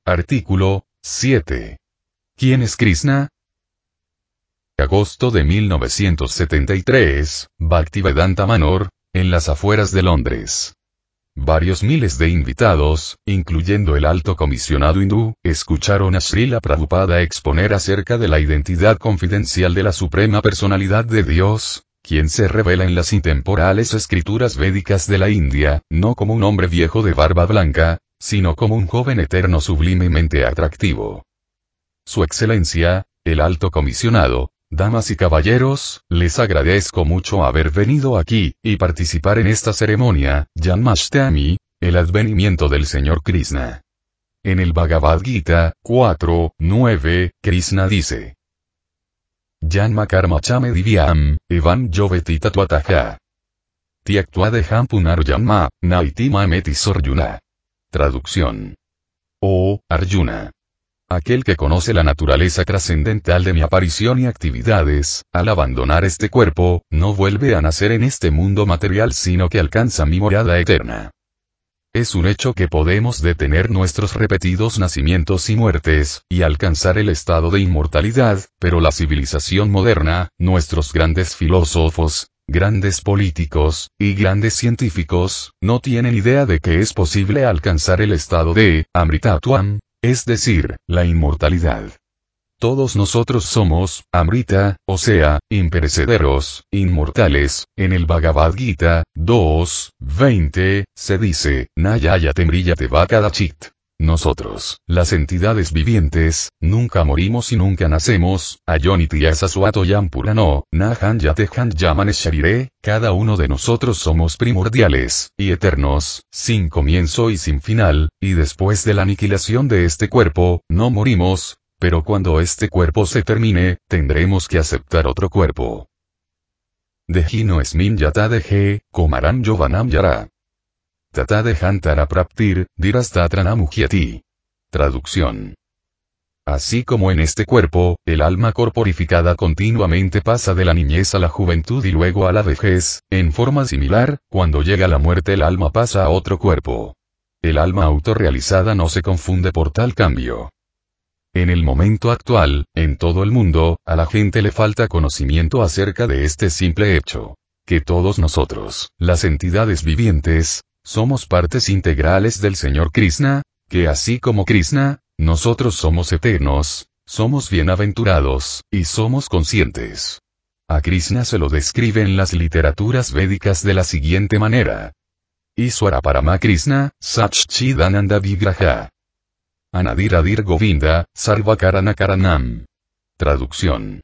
Artículo 7. ¿Quién es Krishna? Agosto de 1973, Bhaktivedanta Manor, en las afueras de Londres. Varios miles de invitados, incluyendo el alto comisionado hindú, escucharon a Srila Prabhupada exponer acerca de la identidad confidencial de la Suprema Personalidad de Dios, quien se revela en las intemporales escrituras védicas de la India, no como un hombre viejo de barba blanca, sino como un joven eterno sublimemente atractivo. Su Excelencia, el alto comisionado, damas y caballeros, les agradezco mucho haber venido aquí, y participar en esta ceremonia, Janmashtami, el advenimiento del Señor Krishna. En el Bhagavad Gita, 4:9, Krishna dice: Janma karma chame divyam, evam yoveti tatuataha. Tiaktuadeham punar janma, naiti mameti sorjuna. Traducción. Oh, Arjuna. Aquel que conoce la naturaleza trascendental de mi aparición y actividades, al abandonar este cuerpo, no vuelve a nacer en este mundo material sino que alcanza mi morada eterna. Es un hecho que podemos detener nuestros repetidos nacimientos y muertes, y alcanzar el estado de inmortalidad, pero la civilización moderna, nuestros grandes filósofos, grandes políticos, y grandes científicos, no tienen idea de que es posible alcanzar el estado de Amritatvam, es decir, la inmortalidad. Todos nosotros somos, Amrita, o sea, imperecederos, inmortales. En el Bhagavad Gita, 2:20, se dice, Nayayate mriyate vakadachit. Nosotros, las entidades vivientes, nunca morimos y nunca nacemos, ayonitiyasa suatoyam purano, nahan yatehan yamanes sharire, cada uno de nosotros somos primordiales, y eternos, sin comienzo y sin final, y después de la aniquilación de este cuerpo, no morimos, pero cuando este cuerpo se termine, tendremos que aceptar otro cuerpo. Dejino esmin yata deje, komaram yovanam yara. Tata de Hantara Praptir, Dirasthatranamukhyati. Traducción. Así como en este cuerpo, el alma corporificada continuamente pasa de la niñez a la juventud y luego a la vejez, en forma similar, cuando llega la muerte el alma pasa a otro cuerpo. El alma autorrealizada no se confunde por tal cambio. En el momento actual, en todo el mundo, a la gente le falta conocimiento acerca de este simple hecho. Que todos nosotros, las entidades vivientes, somos partes integrales del Señor Krishna, que así como Krishna, nosotros somos eternos, somos bienaventurados, y somos conscientes. A Krishna se lo describe en las literaturas védicas de la siguiente manera. Iswara Parama Krishna, Satchidananda Vigraha. Anadiradir Govinda, Sarvakarana Karanam. Traducción.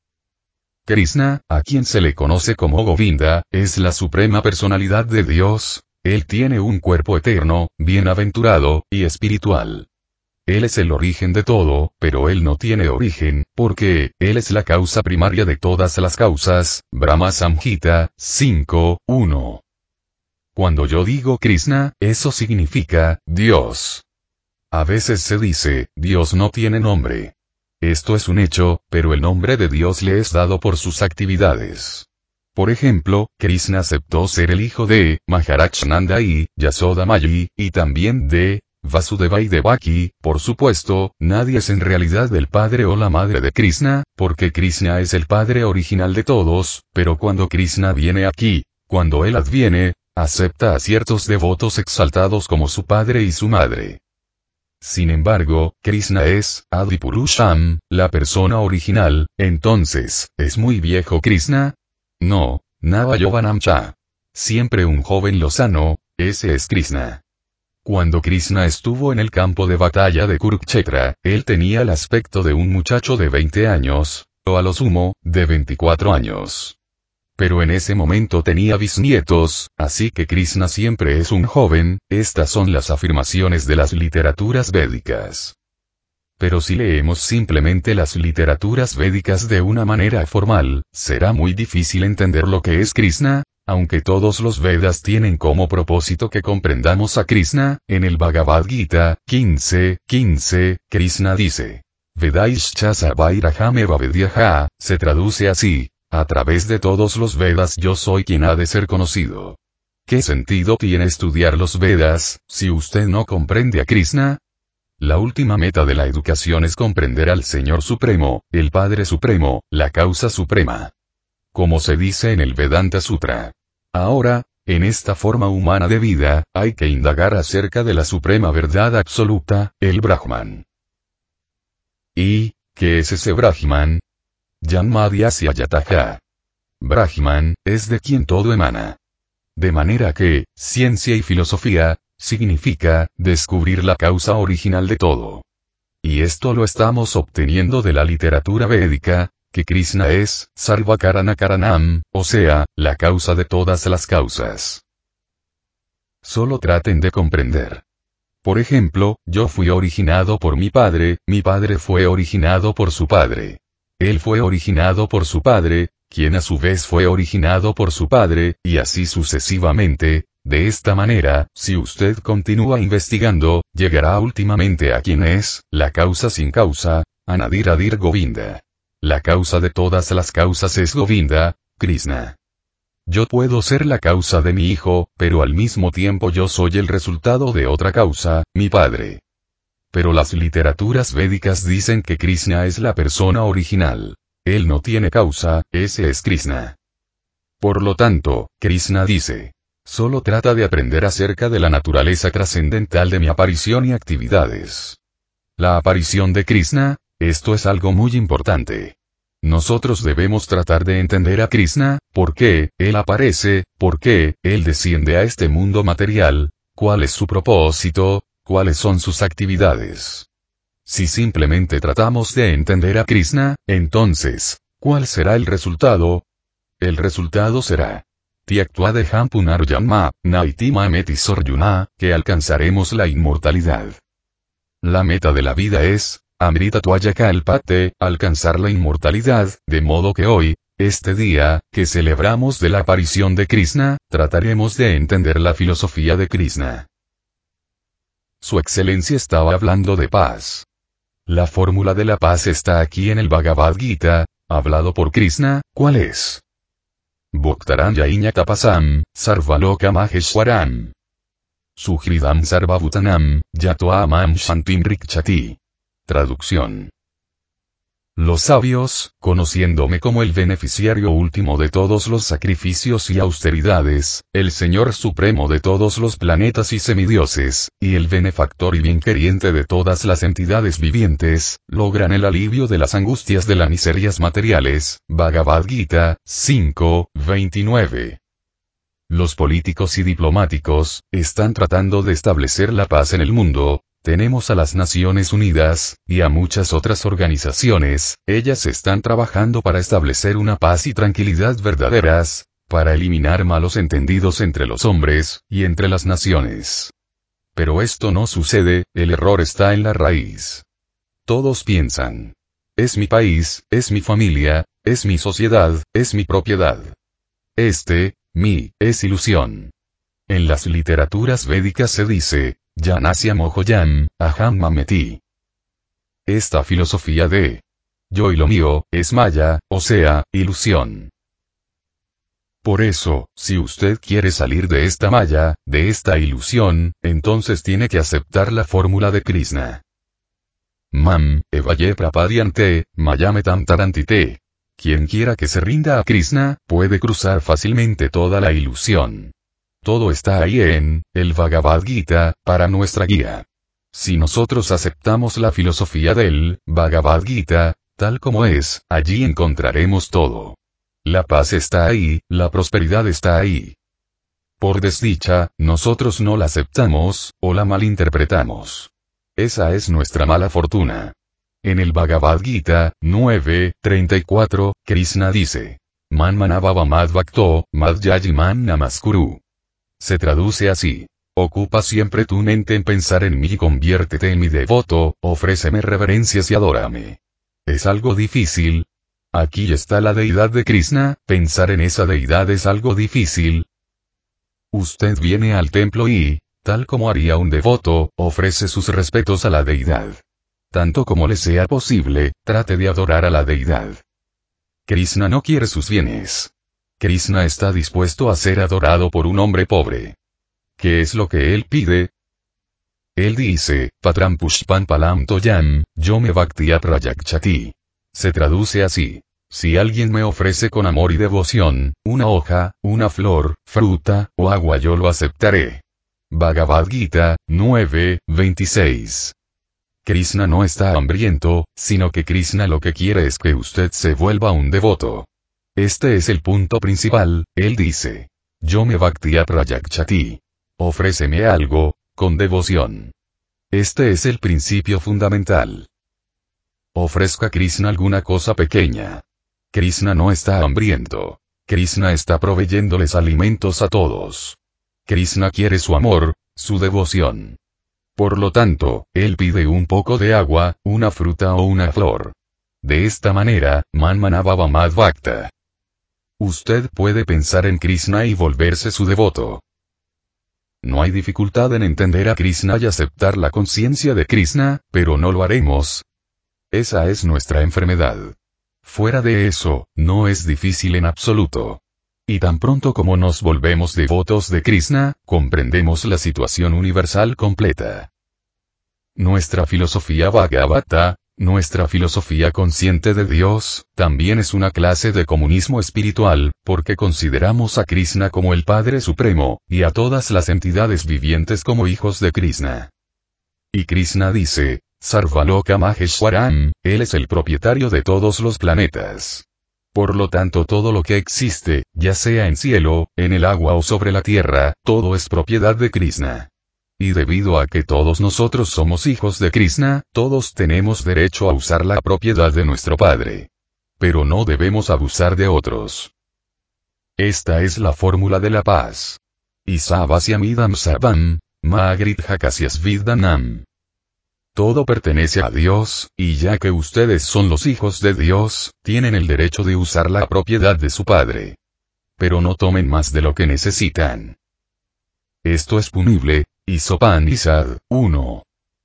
Krishna, a quien se le conoce como Govinda, es la suprema personalidad de Dios. Él tiene un cuerpo eterno, bienaventurado, y espiritual. Él es el origen de todo, pero Él no tiene origen, porque, Él es la causa primaria de todas las causas, Brahma Samhita, 5:1. Cuando yo digo Krishna, eso significa, Dios. A veces se dice, Dios no tiene nombre. Esto es un hecho, pero el nombre de Dios le es dado por sus actividades. Por ejemplo, Krishna aceptó ser el hijo de Maharaj Nanda y Yasoda Mayi, y también de Vasudeva y Devaki. Por supuesto, nadie es en realidad el padre o la madre de Krishna, porque Krishna es el padre original de todos, pero cuando Krishna viene aquí, cuando él adviene, acepta a ciertos devotos exaltados como su padre y su madre. Sin embargo, Krishna es Adipurusham, la persona original. Entonces, ¿es muy viejo Krishna? No, Nava Yovanam Cha. Siempre un joven lozano, ese es Krishna. Cuando Krishna estuvo en el campo de batalla de Kurukshetra, él tenía el aspecto de un muchacho de 20 años, o a lo sumo, de 24 años. Pero en ese momento tenía bisnietos, así que Krishna siempre es un joven. Estas son las afirmaciones de las literaturas védicas. Pero si leemos simplemente las literaturas védicas de una manera formal, será muy difícil entender lo que es Krishna, aunque todos los Vedas tienen como propósito que comprendamos a Krishna. En el Bhagavad Gita, 15:15, Krishna dice, Vedaishcha Sarvairahame Vedyaha, se traduce así, a través de todos los Vedas yo soy quien ha de ser conocido. ¿Qué sentido tiene estudiar los Vedas, si usted no comprende a Krishna? La última meta de la educación es comprender al Señor Supremo, el Padre Supremo, la causa suprema. Como se dice en el Vedanta Sutra. Ahora, en esta forma humana de vida, hay que indagar acerca de la suprema verdad absoluta, el Brahman. ¿Y qué es ese Brahman? Janmadhyasya Yataha. Brahman, es de quien todo emana. De manera que, ciencia y filosofía, significa, descubrir la causa original de todo. Y esto lo estamos obteniendo de la literatura védica, que Krishna es, Sarva Karana Karanam, o sea, la causa de todas las causas. Solo traten de comprender. Por ejemplo, yo fui originado por mi padre fue originado por su padre. Él fue originado por su padre, quien a su vez fue originado por su padre, y así sucesivamente. De esta manera, si usted continúa investigando, llegará últimamente a quien es, la causa sin causa, Anadir Adir Govinda. La causa de todas las causas es Govinda, Krishna. Yo puedo ser la causa de mi hijo, pero al mismo tiempo yo soy el resultado de otra causa, mi padre. Pero las literaturas védicas dicen que Krishna es la persona original. Él no tiene causa, ese es Krishna. Por lo tanto, Krishna dice, solo trata de aprender acerca de la naturaleza trascendental de mi aparición y actividades. La aparición de Krishna, esto es algo muy importante. Nosotros debemos tratar de entender a Krishna, por qué Él aparece, por qué Él desciende a este mundo material, cuál es su propósito, cuáles son sus actividades. Si simplemente tratamos de entender a Krishna, entonces, ¿cuál será el resultado? El resultado será Tyaktvadeham punarjanma, naitima metisoryuna, que alcanzaremos la inmortalidad. La meta de la vida es, Amrita Tvaya Kalpate, alcanzar la inmortalidad, de modo que hoy, este día, que celebramos de la aparición de Krishna, trataremos de entender la filosofía de Krishna. Su excelencia estaba hablando de paz. La fórmula de la paz está aquí en el Bhagavad Gita, hablado por Krishna, ¿cuál es? Bhaktaram Yaiñatapasam, Sarvaloka Maheshwaram. Sujridam Sarvabhutanam, Yatoamam Shantim Rikchati. Traducción. Los sabios, conociéndome como el beneficiario último de todos los sacrificios y austeridades, el Señor Supremo de todos los planetas y semidioses, y el benefactor y bienqueriente de todas las entidades vivientes, logran el alivio de las angustias de las miserias materiales. Bhagavad Gita, 5:29. Los políticos y diplomáticos, están tratando de establecer la paz en el mundo. Tenemos a las Naciones Unidas, y a muchas otras organizaciones, ellas están trabajando para establecer una paz y tranquilidad verdaderas, para eliminar malos entendidos entre los hombres, y entre las naciones. Pero esto no sucede, el error está en la raíz. Todos piensan. Es mi país, es mi familia, es mi sociedad, es mi propiedad. Es ilusión. En las literaturas védicas se dice, Yanasya Mohoyam, Aham Mameti. Esta filosofía de yo y lo mío, es maya, o sea, ilusión. Por eso, si usted quiere salir de esta maya, de esta ilusión, entonces tiene que aceptar la fórmula de Krishna. Mam, evaye prapadiante, mayametam tarantite. Quien quiera que se rinda a Krishna, puede cruzar fácilmente toda la ilusión. Todo está ahí en el Bhagavad Gita, para nuestra guía. Si nosotros aceptamos la filosofía del Bhagavad Gita, tal como es, allí encontraremos todo. La paz está ahí, la prosperidad está ahí. Por desdicha, nosotros no la aceptamos, o la malinterpretamos. Esa es nuestra mala fortuna. En el Bhagavad Gita, 9:34, Krishna dice, Man manabhava mad bhakto, mad yajiman namaskuru. Se traduce así. Ocupa siempre tu mente en pensar en mí y conviértete en mi devoto, ofréceme reverencias y adórame. ¿Es algo difícil? Aquí está la deidad de Krishna, pensar en esa deidad es algo difícil. Usted viene al templo y, tal como haría un devoto, ofrece sus respetos a la deidad. Tanto como le sea posible, trate de adorar a la deidad. Krishna no quiere sus bienes. Krishna está dispuesto a ser adorado por un hombre pobre. ¿Qué es lo que él pide? Él dice, Patram Pushpan Palam Toyam, yo me Bhaktiya Prayakchati. Se traduce así. Si alguien me ofrece con amor y devoción, una hoja, una flor, fruta, o agua yo lo aceptaré. Bhagavad Gita, 9:26. Krishna no está hambriento, sino que Krishna lo que quiere es que usted se vuelva un devoto. Este es el punto principal, él dice. Yo me Bhaktiya Prayakchati. Ofréceme algo, con devoción. Este es el principio fundamental. Ofrezca a Krishna alguna cosa pequeña. Krishna no está hambriento. Krishna está proveyéndoles alimentos a todos. Krishna quiere su amor, su devoción. Por lo tanto, él pide un poco de agua, una fruta o una flor. De esta manera, Manmanabhava Mad Bhakta. Usted puede pensar en Krishna y volverse su devoto. No hay dificultad en entender a Krishna y aceptar la conciencia de Krishna, pero no lo haremos. Esa es nuestra enfermedad. Fuera de eso, no es difícil en absoluto. Y tan pronto como nos volvemos devotos de Krishna, comprendemos la situación universal completa. Nuestra filosofía Bhagavata, nuestra filosofía consciente de Dios, también es una clase de comunismo espiritual, porque consideramos a Krishna como el Padre Supremo, y a todas las entidades vivientes como hijos de Krishna. Y Krishna dice, Sarvaloka Maheshwaram, él es el propietario de todos los planetas. Por lo tanto todo lo que existe, ya sea en cielo, en el agua o sobre la tierra, todo es propiedad de Krishna. Y debido a que todos nosotros somos hijos de Krishna, todos tenemos derecho a usar la propiedad de nuestro Padre. Pero no debemos abusar de otros. Esta es la fórmula de la paz. Isavasyamidam sarvam, Magridhakasyasvidanam. Todo pertenece a Dios, y ya que ustedes son los hijos de Dios, tienen el derecho de usar la propiedad de su Padre. Pero no tomen más de lo que necesitan. Esto es punible. Isopanisad, 1.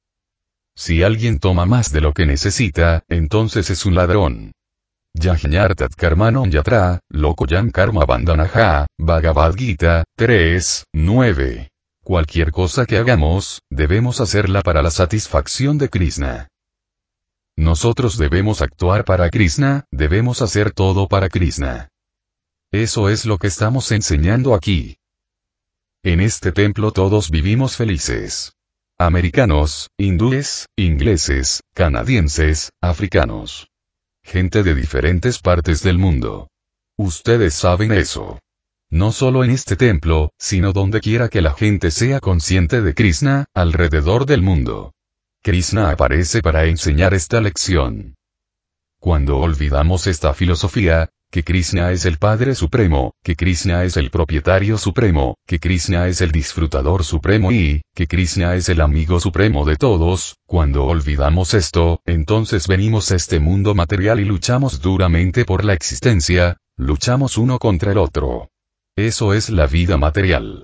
Si alguien toma más de lo que necesita, entonces es un ladrón. Yajñartat karmanon yatra, lokoyam karma bandanaha, Bhagavad Gita, 3:9. Cualquier cosa que hagamos, debemos hacerla para la satisfacción de Krishna. Nosotros debemos actuar para Krishna, debemos hacer todo para Krishna. Eso es lo que estamos enseñando aquí. En este templo todos vivimos felices. Americanos, hindúes, ingleses, canadienses, africanos. Gente de diferentes partes del mundo. Ustedes saben eso. No solo en este templo, sino donde quiera que la gente sea consciente de Krishna, alrededor del mundo. Krishna aparece para enseñar esta lección. Cuando olvidamos esta filosofía, que Krishna es el Padre Supremo, que Krishna es el Propietario Supremo, que Krishna es el Disfrutador Supremo y, que Krishna es el Amigo Supremo de todos, cuando olvidamos esto, entonces venimos a este mundo material y luchamos duramente por la existencia, luchamos uno contra el otro. Eso es la vida material.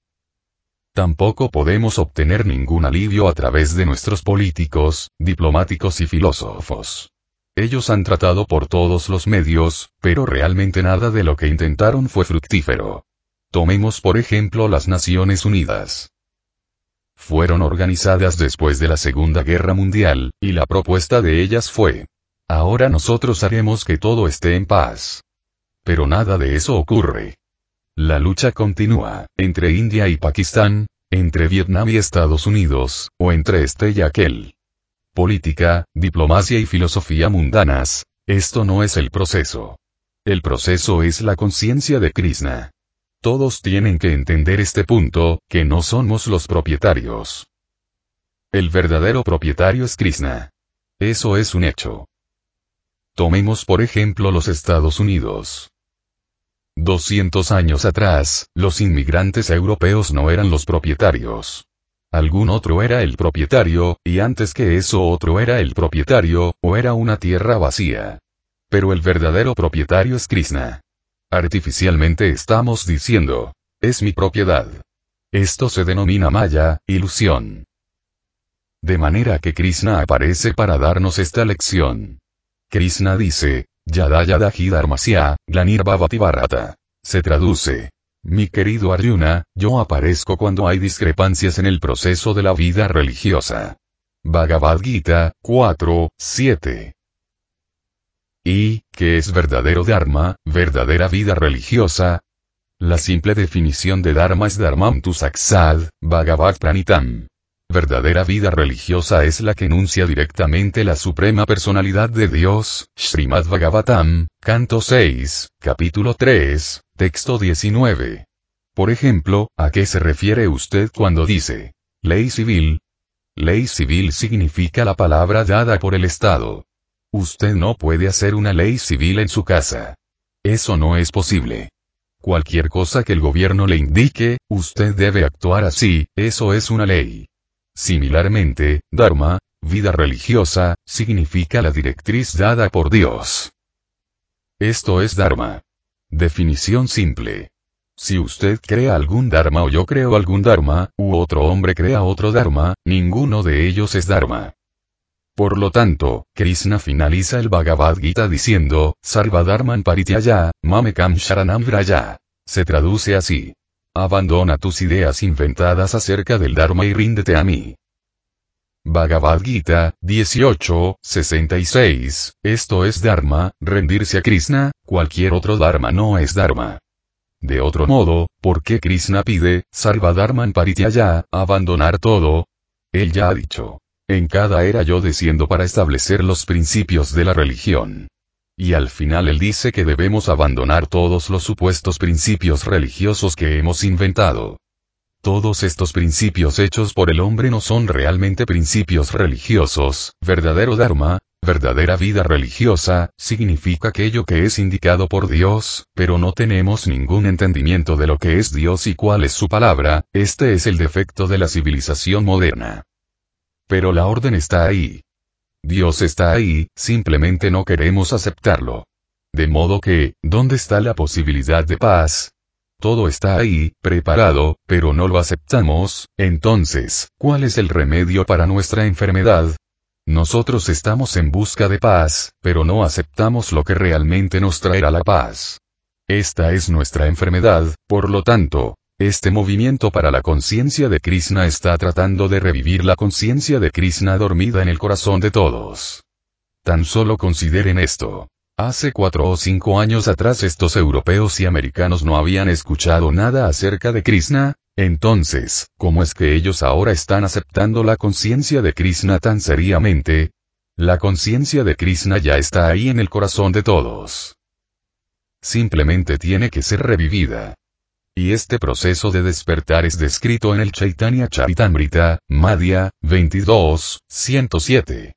Tampoco podemos obtener ningún alivio a través de nuestros políticos, diplomáticos y filósofos. Ellos han tratado por todos los medios, pero realmente nada de lo que intentaron fue fructífero. Tomemos por ejemplo las Naciones Unidas. Fueron organizadas después de la Segunda Guerra Mundial, y la propuesta de ellas fue: ahora nosotros haremos que todo esté en paz. Pero nada de eso ocurre. La lucha continúa, entre India y Pakistán, entre Vietnam y Estados Unidos, o entre este y aquel. Política, diplomacia y filosofía mundanas, esto no es el proceso. El proceso es la conciencia de Krishna. Todos tienen que entender este punto, que no somos los propietarios. El verdadero propietario es Krishna. Eso es un hecho. Tomemos por ejemplo los Estados Unidos. 200 años atrás, los inmigrantes europeos no eran los propietarios. Algún otro era el propietario, y antes que eso otro era el propietario, o era una tierra vacía. Pero el verdadero propietario es Krishna. Artificialmente estamos diciendo, es mi propiedad. Esto se denomina Maya, ilusión. De manera que Krishna aparece para darnos esta lección. Krishna dice, Yada Yada Hi Dharmasya, Glanir Bhavati Bharata. Se traduce: Mi querido Arjuna, yo aparezco cuando hay discrepancias en el proceso de la vida religiosa. Bhagavad Gita 4:7. ¿Y qué es verdadero Dharma, verdadera vida religiosa? La simple definición de Dharma es Dharmam tu saksad, Bhagavad Pranitam. Verdadera vida religiosa es la que enuncia directamente la suprema personalidad de Dios, Srimad Bhagavatam, Canto 6, Capítulo 3, Texto 19. Por ejemplo, ¿a qué se refiere usted cuando dice ley civil? Ley civil significa la palabra dada por el Estado. Usted no puede hacer una ley civil en su casa. Eso no es posible. Cualquier cosa que el gobierno le indique, usted debe actuar así, eso es una ley. Similarmente, Dharma, vida religiosa, significa la directriz dada por Dios. Esto es Dharma. Definición simple. Si usted crea algún Dharma o yo creo algún Dharma, u otro hombre crea otro Dharma, ninguno de ellos es Dharma. Por lo tanto, Krishna finaliza el Bhagavad Gita diciendo, Sarva Dharman Parityaya, Mamekam Sharanam Vraya. Se traduce así. Abandona tus ideas inventadas acerca del Dharma y ríndete a mí. Bhagavad Gita 18:66. Esto es Dharma, rendirse a Krishna, cualquier otro Dharma no es Dharma. De otro modo, ¿por qué Krishna pide, Sarva Dharman Parityaya, abandonar todo? Él ya ha dicho. En cada era yo desciendo para establecer los principios de la religión. Y al final él dice que debemos abandonar todos los supuestos principios religiosos que hemos inventado. Todos estos principios hechos por el hombre no son realmente principios religiosos. Verdadero Dharma, verdadera vida religiosa, significa aquello que es indicado por Dios, pero no tenemos ningún entendimiento de lo que es Dios y cuál es su palabra. Este es el defecto de la civilización moderna. Pero la orden está ahí. Dios está ahí, simplemente no queremos aceptarlo. De modo que, ¿dónde está la posibilidad de paz? Todo está ahí, preparado, pero no lo aceptamos. Entonces, ¿cuál es el remedio para nuestra enfermedad? Nosotros estamos en busca de paz, pero no aceptamos lo que realmente nos traerá la paz. Esta es nuestra enfermedad, por lo tanto, este movimiento para la conciencia de Krishna está tratando de revivir la conciencia de Krishna dormida en el corazón de todos. Tan solo consideren esto. Hace 4 o 5 años atrás estos europeos y americanos no habían escuchado nada acerca de Krishna, entonces, ¿cómo es que ellos ahora están aceptando la conciencia de Krishna tan seriamente? La conciencia de Krishna ya está ahí en el corazón de todos. Simplemente tiene que ser revivida. Y este proceso de despertar es descrito en el Chaitanya Charitamrita, Madhya, 22:107.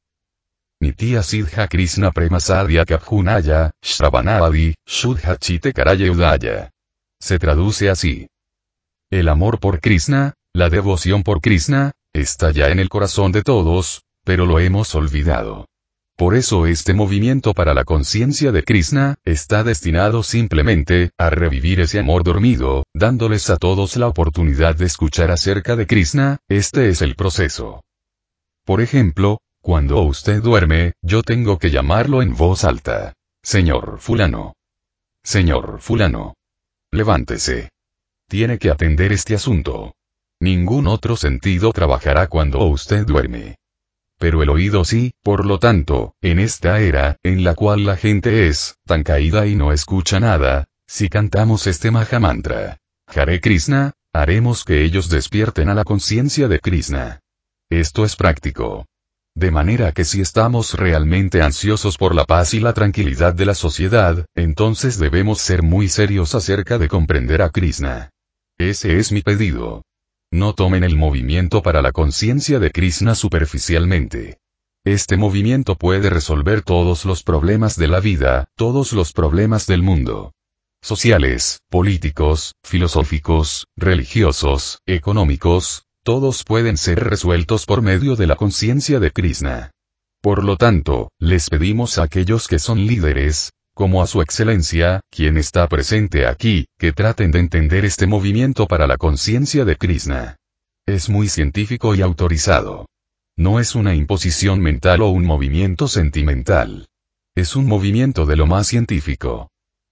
Nitya Siddha Krishna Prema Sadhya Kapjunaya, Shravanavadi, Shuddha Chite Karaya Udaya. Se traduce así. El amor por Krishna, la devoción por Krishna, está ya en el corazón de todos, pero lo hemos olvidado. Por eso este movimiento para la conciencia de Krishna, está destinado simplemente, a revivir ese amor dormido, dándoles a todos la oportunidad de escuchar acerca de Krishna. Este es el proceso. Por ejemplo, cuando usted duerme, yo tengo que llamarlo en voz alta. Señor fulano. Señor fulano. Levántese. Tiene que atender este asunto. Ningún otro sentido trabajará cuando usted duerme. Pero el oído sí, por lo tanto, en esta era, en la cual la gente es tan caída y no escucha nada, si cantamos este Mahamantra, Hare Krishna, haremos que ellos despierten a la conciencia de Krishna. Esto es práctico. De manera que si estamos realmente ansiosos por la paz y la tranquilidad de la sociedad, entonces debemos ser muy serios acerca de comprender a Krishna. Ese es mi pedido. No tomen el movimiento para la conciencia de Krishna superficialmente. Este movimiento puede resolver todos los problemas de la vida, todos los problemas del mundo. Sociales, políticos, filosóficos, religiosos, económicos, todos pueden ser resueltos por medio de la conciencia de Krishna. Por lo tanto, les pedimos a aquellos que son líderes, como a su excelencia, quien está presente aquí, que traten de entender este movimiento para la conciencia de Krishna. Es muy científico y autorizado. No es una imposición mental o un movimiento sentimental. Es un movimiento de lo más científico.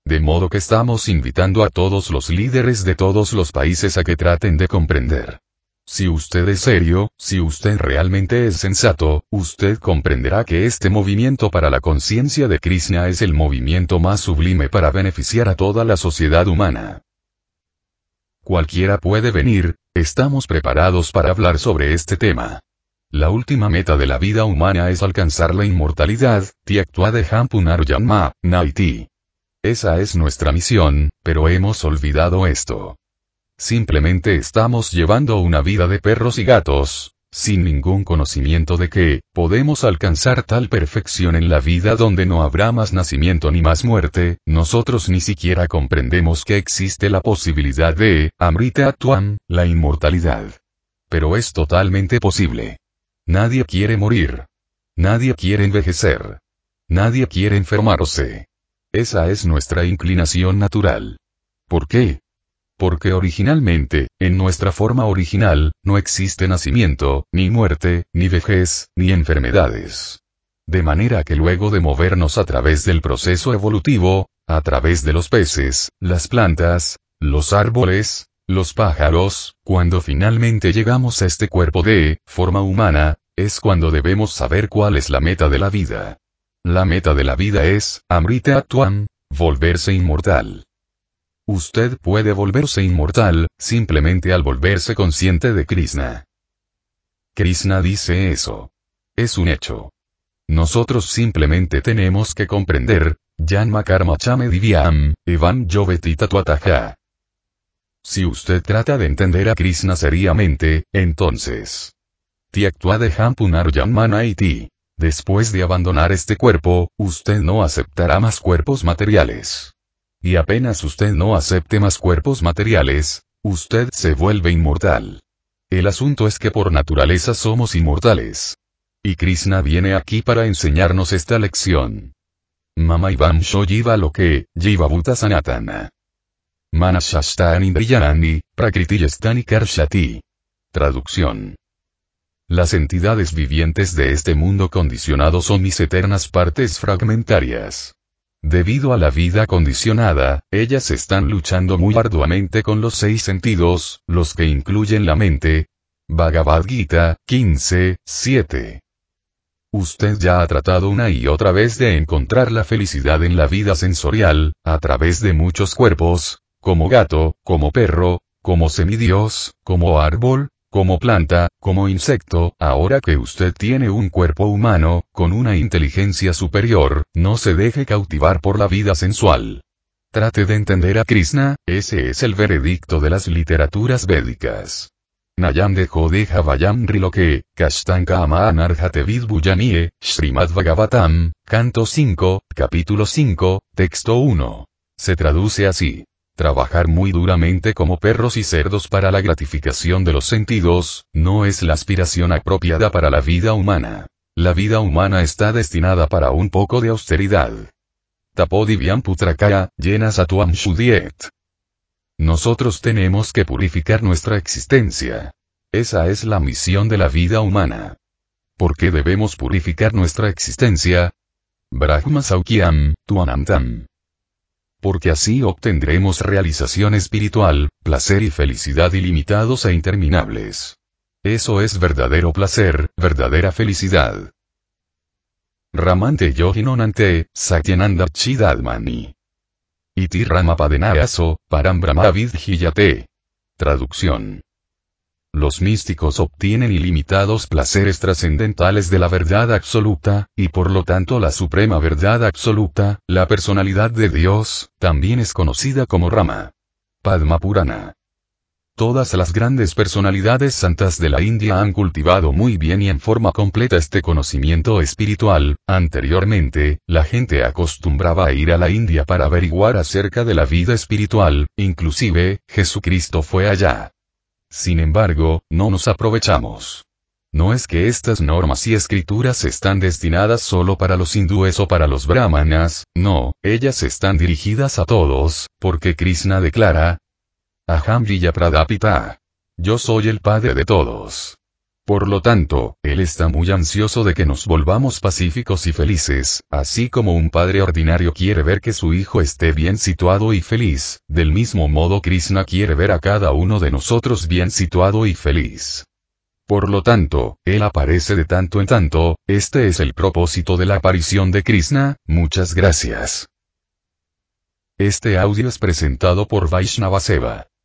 De modo que estamos invitando a todos los líderes de todos los países a que traten de comprender. Si usted es serio, si usted realmente es sensato, usted comprenderá que este movimiento para la conciencia de Krishna es el movimiento más sublime para beneficiar a toda la sociedad humana. Cualquiera puede venir, estamos preparados para hablar sobre este tema. La última meta de la vida humana es alcanzar la inmortalidad, Tyaktua deham punarjanma, naiti. Esa es nuestra misión, pero hemos olvidado esto. Simplemente estamos llevando una vida de perros y gatos, sin ningún conocimiento de que podemos alcanzar tal perfección en la vida donde no habrá más nacimiento ni más muerte. Nosotros ni siquiera comprendemos que existe la posibilidad de Amrita Atvam, la inmortalidad. Pero es totalmente posible. Nadie quiere morir. Nadie quiere envejecer. Nadie quiere enfermarse. Esa es nuestra inclinación natural. ¿Por qué? Porque originalmente, en nuestra forma original, no existe nacimiento, ni muerte, ni vejez, ni enfermedades. De manera que luego de movernos a través del proceso evolutivo, a través de los peces, las plantas, los árboles, los pájaros, cuando finalmente llegamos a este cuerpo de forma humana, es cuando debemos saber cuál es la meta de la vida. La meta de la vida es, Amrita Atvam, volverse inmortal. Usted puede volverse inmortal, simplemente al volverse consciente de Krishna. Krishna dice eso. Es un hecho. Nosotros simplemente tenemos que comprender, Janma Karma Chame Divyam, Evam Yoveti Tatuataha. Si usted trata de entender a Krishna seriamente, entonces. Tyaktua deham punarjanma naiti. Después de abandonar este cuerpo, usted no aceptará más cuerpos materiales. Y apenas usted no acepte más cuerpos materiales, usted se vuelve inmortal. El asunto es que por naturaleza somos inmortales. Y Krishna viene aquí para enseñarnos esta lección. Mama Ivam Shoyiva lo que, Jiva Bhuta Sanatana. Manashashtani Indriyanani, Prakriti Karshati. Traducción. Las entidades vivientes de este mundo condicionado son mis eternas partes fragmentarias. Debido a la vida condicionada, ellas están luchando muy arduamente con los 6 sentidos, los que incluyen la mente. Bhagavad Gita, 15:7. Usted ya ha tratado una y otra vez de encontrar la felicidad en la vida sensorial, a través de muchos cuerpos, como gato, como perro, como semidios, como árbol, como planta, como insecto. Ahora que usted tiene un cuerpo humano, con una inteligencia superior, no se deje cautivar por la vida sensual. Trate de entender a Krishna, ese es el veredicto de las literaturas védicas. Nayam de Jodeja Vayam Riloke, Kashtanka Ama Anarjate Vidbuyanie, Srimad Bhagavatam, Canto 5, Capítulo 5, Texto 1. Se traduce así. Trabajar muy duramente como perros y cerdos para la gratificación de los sentidos, no es la aspiración apropiada para la vida humana. La vida humana está destinada para un poco de austeridad. Tapodivyam putrakaya, llena satuam shudiet. Nosotros tenemos que purificar nuestra existencia. Esa es la misión de la vida humana. ¿Por qué debemos purificar nuestra existencia? Brahma Saukyam, Tuanantam. Porque así obtendremos realización espiritual, placer y felicidad ilimitados e interminables. Eso es verdadero placer, verdadera felicidad. Ramante Yoginonante, Satyananda Chidadmani. Iti Ramapadenayaso, Param Brahma Vidhiyate. Traducción. Los místicos obtienen ilimitados placeres trascendentales de la verdad absoluta, y por lo tanto la suprema verdad absoluta, la personalidad de Dios, también es conocida como Rama. Padma Purana. Todas las grandes personalidades santas de la India han cultivado muy bien y en forma completa este conocimiento espiritual. Anteriormente, la gente acostumbraba a ir a la India para averiguar acerca de la vida espiritual, inclusive, Jesucristo fue allá. Sin embargo, no nos aprovechamos. No es que estas normas y escrituras están destinadas solo para los hindúes o para los brahmanas, no, ellas están dirigidas a todos, porque Krishna declara, Aham Villa Pradapita. Yo soy el padre de todos. Por lo tanto, él está muy ansioso de que nos volvamos pacíficos y felices, así como un padre ordinario quiere ver que su hijo esté bien situado y feliz, del mismo modo Krishna quiere ver a cada uno de nosotros bien situado y feliz. Por lo tanto, él aparece de tanto en tanto, este es el propósito de la aparición de Krishna, muchas gracias. Este audio es presentado por Vaishnava Seva.